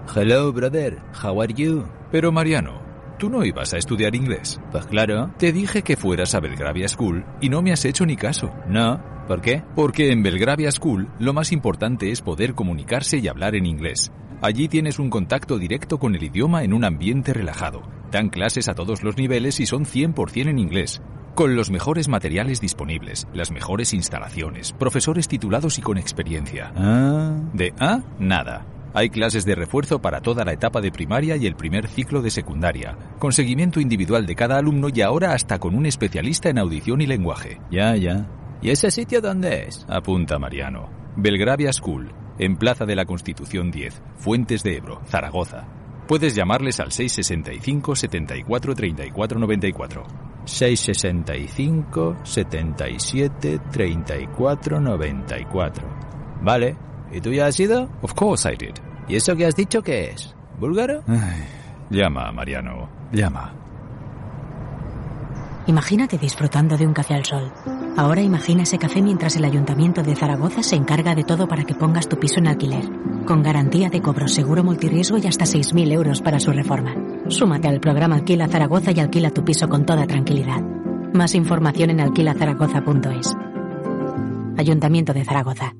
Hello, brother. How are you? Pero Mariano, ¿tú no ibas a estudiar inglés? Pues claro. Te dije que fueras a Belgravia School y no me has hecho ni caso. No. ¿Por qué? Porque en Belgravia School lo más importante es poder comunicarse y hablar en inglés. Allí tienes un contacto directo con el idioma en un ambiente relajado. Dan clases a todos los niveles y son 100% en inglés. Con los mejores materiales disponibles, las mejores instalaciones, profesores titulados y con experiencia. De nada. Hay clases de refuerzo para toda la etapa de primaria y el primer ciclo de secundaria, con seguimiento individual de cada alumno y ahora hasta con un especialista en audición y lenguaje. Ya. ¿Y ese sitio dónde es? Apunta Mariano. Belgravia School, en Plaza de la Constitución 10, Fuentes de Ebro, Zaragoza. Puedes llamarles al 665 74 34 94. 665 77 34 94. Vale. ¿Y tú ya has ido? Of course I did. ¿Y eso que has dicho qué es? ¿Búlgaro? Llama, Mariano. Llama. Imagínate disfrutando de un café al sol. Ahora imagina ese café mientras el Ayuntamiento de Zaragoza se encarga de todo para que pongas tu piso en alquiler. Con garantía de cobro, seguro multirriesgo y hasta 6.000 euros para su reforma. Súmate al programa Alquila Zaragoza y alquila tu piso con toda tranquilidad. Más información en alquilazaragoza.es. Ayuntamiento de Zaragoza.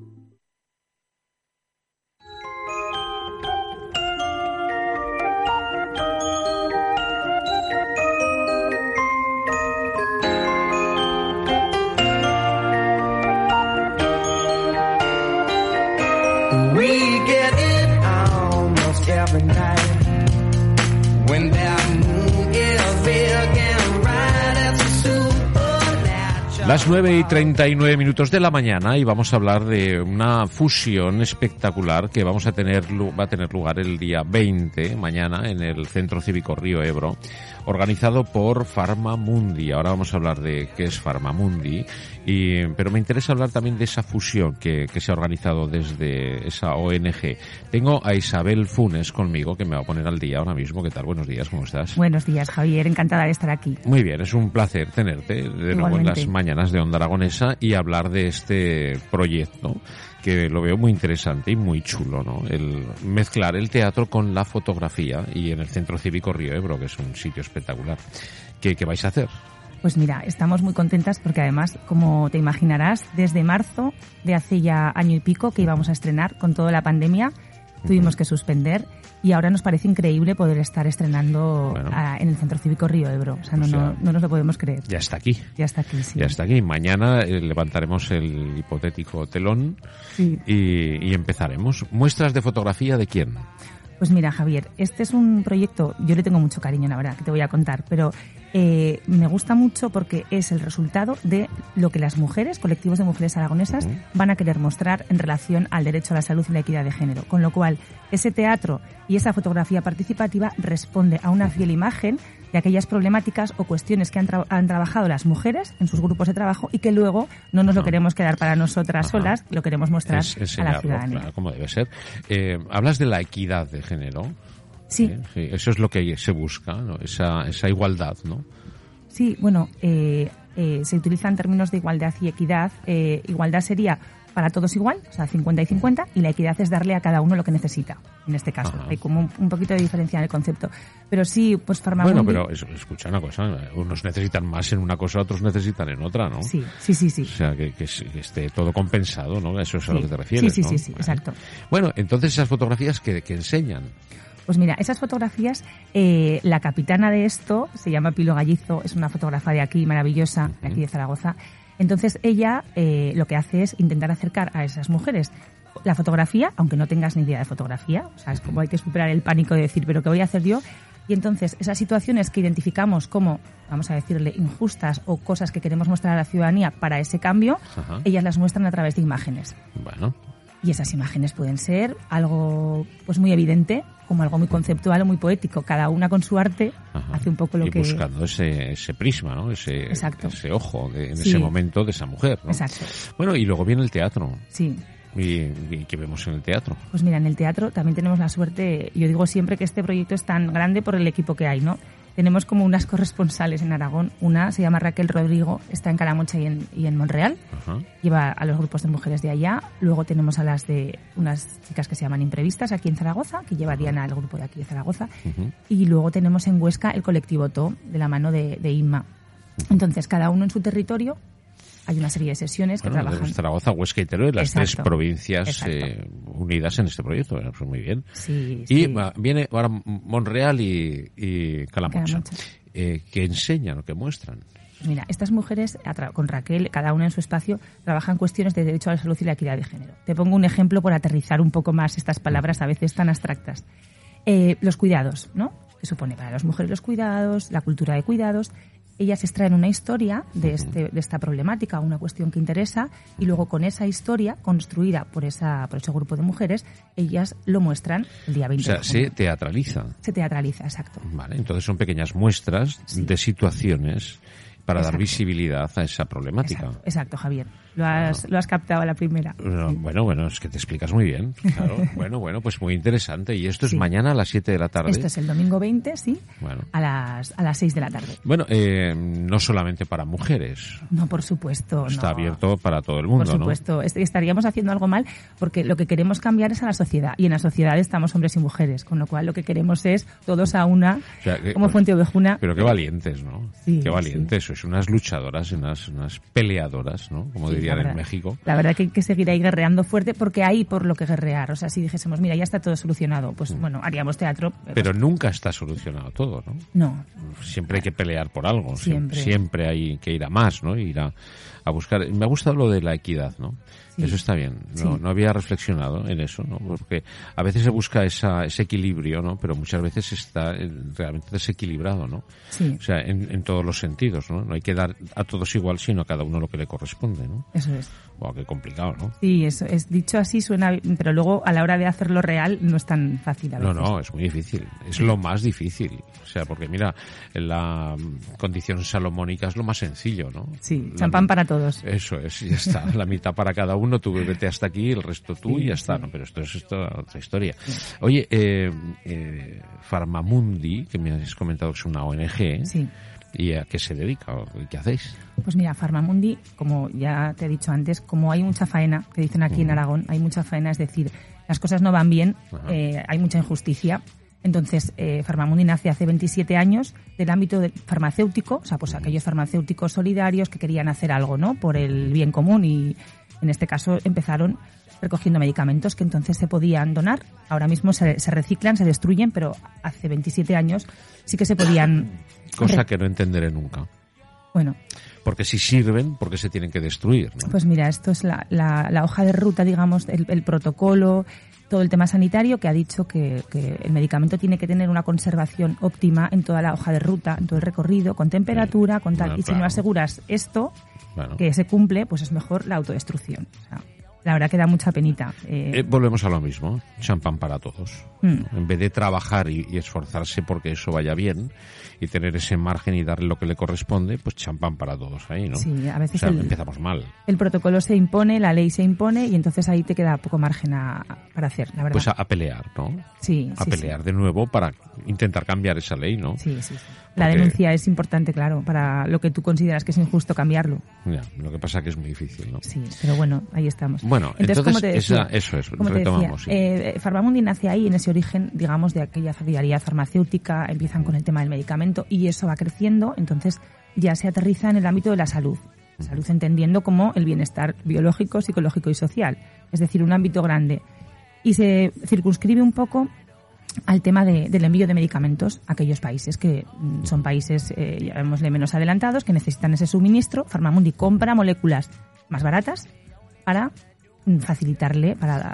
Las 9:39 de la mañana y vamos a hablar de una fusión espectacular que va a tener lugar el día 20, mañana, en el Centro Cívico Río Ebro, organizado por Farmamundi. Ahora vamos a hablar de qué es Farmamundi, pero me interesa hablar también de esa fusión que se ha organizado desde esa ONG. Tengo a Isabel Funes conmigo, que me va a poner al día ahora mismo. ¿Qué tal? Buenos días, ¿cómo estás? Buenos días, Javier. Encantada de estar aquí. Muy bien, es un placer tenerte de nuevo en las mañanas de Onda Aragonesa y hablar de este proyecto que lo veo muy interesante y muy chulo, ¿no? El mezclar el teatro con la fotografía y en el Centro Cívico Río Ebro, que es un sitio espectacular. ¿Qué vais a hacer? Pues mira, estamos muy contentas porque además, como te imaginarás, desde marzo de hace ya año y pico que íbamos a estrenar con toda la pandemia, tuvimos que suspender y ahora nos parece increíble poder estar estrenando en el Centro Cívico Río Ebro. O sea, no nos lo podemos creer. Ya está aquí. Ya está aquí, sí. Ya está aquí. Mañana levantaremos el hipotético telón y empezaremos. ¿Muestras de fotografía de quién? Pues mira, Javier, este es un proyecto, yo le tengo mucho cariño, la verdad, que te voy a contar, pero me gusta mucho porque es el resultado de lo que las mujeres, colectivos de mujeres aragonesas, van a querer mostrar en relación al derecho a la salud y la equidad de género. Con lo cual, ese teatro y esa fotografía participativa responde a una fiel imagen de aquellas problemáticas o cuestiones que han trabajado las mujeres en sus grupos de trabajo y que luego no nos lo queremos quedar para nosotras solas, lo queremos mostrar a la ciudadanía. Claro, como debe ser. Hablas de la equidad de género. Sí. Sí. Eso es lo que se busca, ¿no? Esa igualdad, ¿no? Sí, bueno, se utilizan términos de igualdad y equidad. Igualdad sería para todos igual, o sea, 50 y 50, y la equidad es darle a cada uno lo que necesita, en este caso. Hay como un poquito de diferencia en el concepto. Pero sí, pues Farmamundi... Bueno, pero escucha una cosa, unos necesitan más en una cosa, otros necesitan en otra, ¿no? Sí. O sea, que esté todo compensado, ¿no? Eso es a lo que te refieres, sí, ¿no? Sí, exacto. Bueno, entonces esas fotografías que enseñan... Pues mira, esas fotografías, la capitana de esto se llama Pilo Gallizo, es una fotógrafa de aquí maravillosa, de aquí de Zaragoza. Entonces ella lo que hace es intentar acercar a esas mujeres la fotografía, aunque no tengas ni idea de fotografía, o sea, es como hay que superar el pánico de decir, ¿pero qué voy a hacer yo? Y entonces esas situaciones que identificamos como, vamos a decirle, injustas o cosas que queremos mostrar a la ciudadanía para ese cambio, ellas las muestran a través de imágenes. Bueno. Y esas imágenes pueden ser algo pues muy evidente, como algo muy conceptual o muy poético. Cada una con su arte hace un poco lo que... Y buscando ese prisma, ¿no? Ese ojo en ese momento de esa mujer, ¿no? Exacto. Bueno, y luego viene el teatro. Sí. ¿Y qué vemos en el teatro? Pues mira, en el teatro también tenemos la suerte, yo digo siempre que este proyecto es tan grande por el equipo que hay, ¿no? tenemos como unas corresponsales en Aragón. Una se llama Raquel Rodrigo, está en Calamocha y en Monreal. Ajá. Lleva a los grupos de mujeres de allá. Luego tenemos a las de unas chicas que se llaman Imprevistas aquí en Zaragoza, que lleva Diana al grupo de aquí de Zaragoza. Y luego tenemos en Huesca el colectivo TO, de la mano de Inma. Entonces, cada uno en su territorio. Hay una serie de sesiones que trabajan. Zaragoza, Huesca y Teruel, las tres provincias unidas en este proyecto. Pues muy bien. Sí, y sí. Viene ahora Monreal y Calamocha. ¿Qué enseñan o qué muestran? Pues mira, estas mujeres, con Raquel, cada una en su espacio, trabajan cuestiones de derecho a la salud y la equidad de género. Te pongo un ejemplo por aterrizar un poco más estas palabras a veces tan abstractas. Los cuidados, ¿no? ¿Qué supone para las mujeres los cuidados, la cultura de cuidados? Ellas extraen una historia de esta problemática, una cuestión que interesa, y luego con esa historia construida por ese grupo de mujeres, ellas lo muestran el día 20 de junio. Se teatraliza. Se teatraliza, exacto. Vale, entonces son pequeñas muestras de situaciones para dar visibilidad a esa problemática. Exacto, Javier. Lo has captado a la primera. Sí. Bueno, es que te explicas muy bien. Claro. Bueno, pues muy interesante. Y esto es mañana a las 7 de la tarde. Esto es el domingo 20, sí, bueno. a las 6 de la tarde. Bueno, no solamente para mujeres. No, por supuesto. Está abierto para todo el mundo, ¿no? Por supuesto. Estaríamos haciendo algo mal porque lo que queremos cambiar es a la sociedad. Y en la sociedad estamos hombres y mujeres. Con lo cual lo que queremos es todos a una, como Fuente Ovejuna. Pero qué valientes, ¿no? Sí, qué valientes. Sois unas luchadoras, unas peleadoras, ¿no? Como dirían en México. La verdad que hay que seguir ahí guerreando fuerte porque hay por lo que guerrear. O sea, si dijésemos, mira, ya está todo solucionado, pues bueno, haríamos teatro. Pero nunca está solucionado todo, ¿no? No. Siempre hay que pelear por algo. Siempre. Siempre hay que ir a más, ¿no? Ir a buscar. Me ha gustado lo de la equidad, ¿no? Sí. Eso está bien. No había reflexionado en eso, ¿no? Porque a veces se busca ese equilibrio, ¿no? Pero muchas veces está realmente desequilibrado, ¿no? Sí. O sea, en todos los sentidos, ¿no? No hay que dar a todos igual, sino a cada uno lo que le corresponde, ¿no? Eso es. Wow, qué complicado, ¿no? Sí, eso es dicho así suena, pero luego a la hora de hacerlo real no es tan fácil a veces. No, es muy difícil. Es lo más difícil. O sea, porque mira, la condición salomónica es lo más sencillo, ¿no? Sí, champán para todos. Eso es, ya está. La mitad para cada uno, tú vete hasta aquí, el resto tú y ya está, ¿no? Pero esto es otra historia. Sí. Oye, Farmamundi, que me has comentado que es una ONG. Sí. ¿Y a qué se dedica? ¿Qué hacéis? Pues mira, Farmamundi, como ya te he dicho antes, como hay mucha faena, que dicen aquí en Aragón, hay mucha faena, es decir, las cosas no van bien, hay mucha injusticia. Entonces, Farmamundi nace hace 27 años del ámbito farmacéutico, o sea, pues aquellos farmacéuticos solidarios que querían hacer algo, ¿no?, por el bien común, y en este caso empezaron recogiendo medicamentos que entonces se podían donar. Ahora mismo se reciclan, se destruyen, pero hace 27 años sí que se podían... Cosa que no entenderé nunca. Bueno. Porque si sirven, ¿por qué se tienen que destruir, ¿no? Pues mira, esto es la hoja de ruta, digamos, el protocolo, todo el tema sanitario, que ha dicho que el medicamento tiene que tener una conservación óptima en toda la hoja de ruta, en todo el recorrido, con temperatura, con tal. Y si no aseguras esto, que se cumple, pues es mejor la autodestrucción. O sea, la verdad que da mucha penita. Volvemos a lo mismo, champán para todos. En vez de trabajar y esforzarse porque eso vaya bien y tener ese margen y darle lo que le corresponde, pues champán para todos ahí, ¿no? Sí, a veces empezamos mal. El protocolo se impone, la ley se impone y entonces ahí te queda poco margen para hacer, la verdad. Pues a pelear, ¿no? Sí. A pelear de nuevo para intentar cambiar esa ley, ¿no? Sí. La denuncia es importante, claro, para lo que tú consideras que es injusto cambiarlo. Ya, lo que pasa es que es muy difícil, ¿no? Sí, pero bueno, ahí estamos. Bueno, entonces como te decía, eso es, retomamos. Farmamundi nace ahí, en ese origen, digamos, de aquella solidaridad farmacéutica, empiezan con el tema del medicamento y eso va creciendo, entonces ya se aterriza en el ámbito de la salud. Salud entendiendo como el bienestar biológico, psicológico y social, es decir, un ámbito grande. Y se circunscribe un poco al tema del envío de medicamentos a aquellos países que son países, llamémosle, menos adelantados, que necesitan ese suministro. Farmamundi compra moléculas más baratas para facilitarle,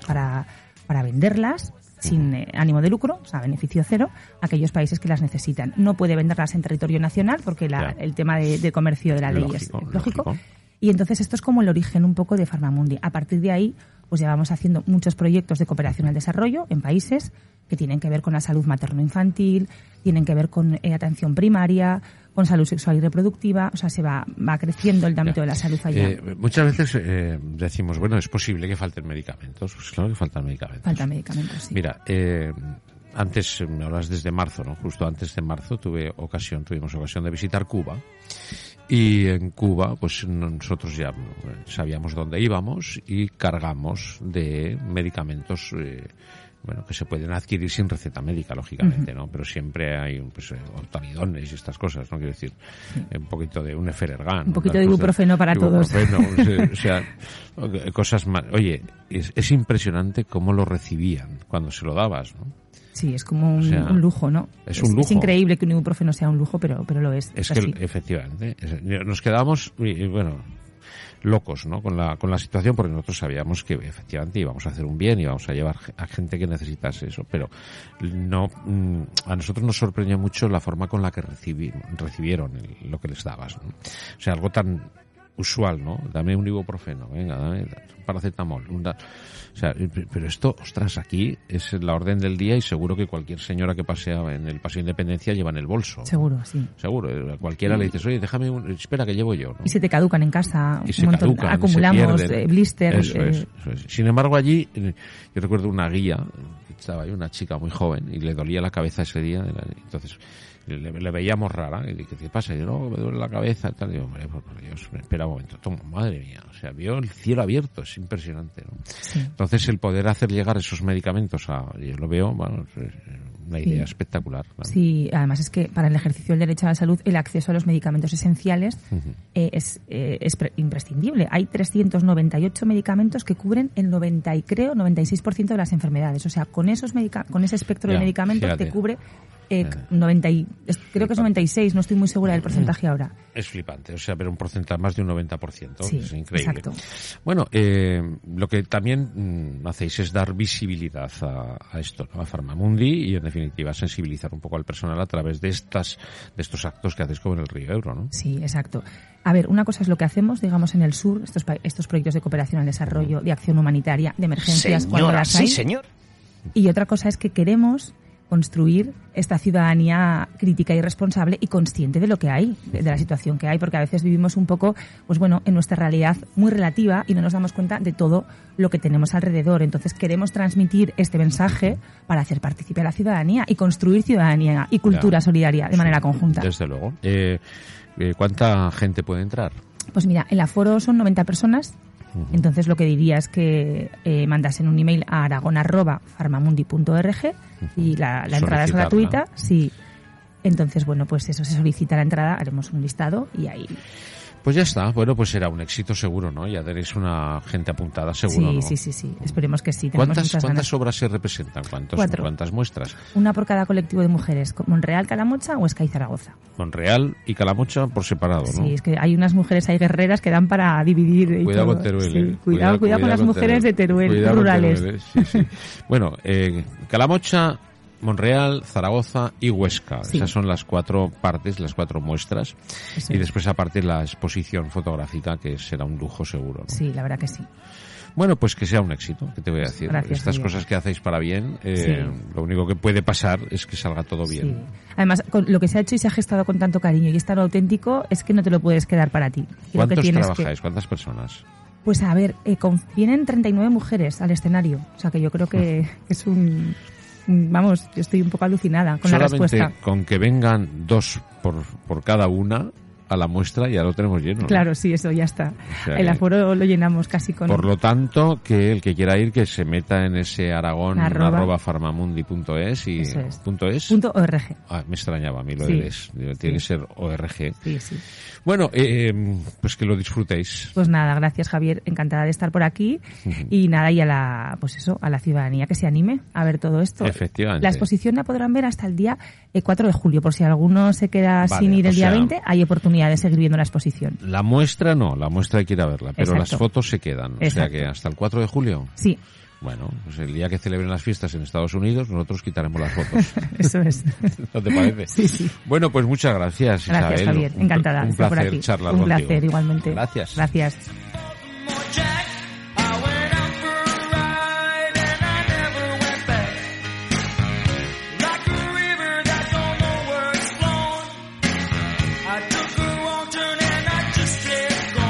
para venderlas sin ánimo de lucro, o sea, beneficio cero, a aquellos países que las necesitan. No puede venderlas en territorio nacional porque el tema de comercio de la ley es lógico. Y entonces esto es como el origen un poco de Farmamundi. A partir de ahí, pues ya vamos haciendo muchos proyectos de cooperación al desarrollo en países que tienen que ver con la salud materno-infantil, tienen que ver con atención primaria, con salud sexual y reproductiva, o sea, se va creciendo el ámbito de la salud allá. Muchas veces decimos, bueno, es posible que falten medicamentos. Pues claro que faltan medicamentos. Faltan medicamentos, sí. Mira, antes, me hablas desde marzo, ¿no? Justo antes de marzo tuvimos ocasión de visitar Cuba. Y en Cuba, pues nosotros ya sabíamos dónde íbamos y cargamos de medicamentos, que se pueden adquirir sin receta médica, lógicamente, ¿no? Pero siempre hay, ortalidones y estas cosas, ¿no? Quiero decir, un poquito de un eferergan. Un poquito de ibuprofeno para todos. O sea, cosas más. Oye, es impresionante cómo lo recibían cuando se lo dabas, ¿no? Sí, es como un lujo, ¿no? Es un lujo. Es increíble que un ibuprofeno sea un lujo, pero lo es. Es que efectivamente, nos quedábamos, locos, ¿no? Con la situación, porque nosotros sabíamos que efectivamente íbamos a hacer un bien, íbamos a llevar a gente que necesitase eso, pero no, a nosotros nos sorprendió mucho la forma con la que recibieron lo que les dabas, ¿no? O sea, algo tan usual, ¿no? Dame un ibuprofeno, venga, dame un paracetamol, o sea, pero esto, ostras, aquí es la orden del día y seguro que cualquier señora que pasea en el Paseo de Independencia lleva en el bolso. Seguro, sí. Seguro. A cualquiera le dices, oye, déjame espera que llevo yo, ¿no? Y se te caducan en casa. Y se caducan, acumulamos blister. Eso es. Sin embargo, allí, yo recuerdo una guía, estaba ahí una chica muy joven y le dolía la cabeza ese día, entonces le veíamos rara y dije, ¿qué pasa? Y yo, no, me duele la cabeza y tal. Y digo, hombre, por Dios, espera un momento, toma, madre mía, o sea, vio el cielo abierto, es impresionante, ¿no? Sí. Entonces, el poder hacer llegar esos medicamentos yo lo veo, es una idea espectacular. ¿No? Sí, además es que para el ejercicio del derecho a la salud, el acceso a los medicamentos esenciales es imprescindible. Hay 398 medicamentos que cubren el 96% de las enfermedades. O sea, con ese espectro de medicamentos te cubre creo que es 96, no estoy muy segura del porcentaje ahora. Es flipante, o sea, pero un porcentaje más de un 90%, sí, es increíble. Exacto. Bueno, lo que también hacéis es dar visibilidad a esto, ¿no? A Farmamundi y en definitiva sensibilizar un poco al personal a través de estos actos que hacéis como en el Río Ebro, ¿no? Sí, exacto. A ver, una cosa es lo que hacemos, digamos, en el sur, estos proyectos de cooperación al desarrollo, de acción humanitaria, de emergencias, cuando las hay. Sí, señor. Y otra cosa es que queremos construir esta ciudadanía crítica y responsable y consciente de lo que hay, de la situación que hay, porque a veces vivimos un poco, en nuestra realidad muy relativa y no nos damos cuenta de todo lo que tenemos alrededor. Entonces queremos transmitir este mensaje para hacer partícipe a la ciudadanía y construir ciudadanía y cultura solidaria de manera conjunta. Desde luego. ¿Cuánta gente puede entrar? Pues mira, el aforo son 90 personas. Entonces lo que diría es que mandasen un email a aragon@farmamundi.org y la entrada es gratuita. Sí. Entonces, pues eso, se solicita la entrada, haremos un listado y ahí... Pues ya está. Bueno, pues será un éxito seguro, ¿no? Ya tenéis una gente apuntada seguro, ¿no? Sí. Esperemos que sí. ¿Cuántas obras se representan? 4. ¿Cuántas muestras? Una por cada colectivo de mujeres. ¿Monreal, Calamocha o Escay Zaragoza? Monreal y Calamocha por separado, ¿no? Sí, es que hay unas mujeres ahí guerreras que dan para dividir. Cuidado con Teruel, sí. Cuidado con las mujeres de Teruel, rurales. Sí. Bueno, Calamocha, Monreal, Zaragoza y Huesca. Sí. Esas son las 4 partes, las 4 muestras. Eso y después aparte la exposición fotográfica, que será un lujo seguro, ¿no? Sí, la verdad que sí. Bueno, pues que sea un éxito, ¿qué te voy a decir? Gracias, estas cosas que hacéis para bien, lo único que puede pasar es que salga todo bien. Sí. Además, lo que se ha hecho y se ha gestado con tanto cariño y es tan auténtico, es que no te lo puedes quedar para ti. ¿Cuántos trabajáis? ¿Cuántas personas? Pues a ver, vienen 39 mujeres al escenario, o sea que yo creo que es un... Vamos, yo estoy un poco alucinada con la respuesta. Solamente con que vengan 2 por cada una a la muestra ya lo tenemos lleno, ¿no? Claro, sí, eso ya está. O sea, el aforo lo llenamos casi con... Por lo tanto, que el que quiera ir, que se meta en ese aragon@farmamundi.es y... Eso es. .es. .org. Me extrañaba a mí lo de es. Tiene que ser ORG. Sí. Bueno, pues que lo disfrutéis. Pues nada, gracias Javier, encantada de estar por aquí. Y nada, y a la ciudadanía que se anime a ver todo esto. Efectivamente. La exposición la podrán ver hasta el día 4 de julio, por si alguno se queda sin ir el día 20, hay oportunidad de seguir viendo la exposición. La muestra hay que ir a verla, pero Exacto. Las fotos se quedan. Exacto. O sea que hasta el 4 de julio. Sí. Bueno, pues el día que celebren las fiestas en Estados Unidos, nosotros quitaremos las fotos. Eso es. ¿No te parece? Sí. Bueno, pues muchas gracias, Isabel. Gracias, Javier. Encantada Un de estar por placer aquí. charlar contigo. Un placer, igualmente. Gracias. Gracias.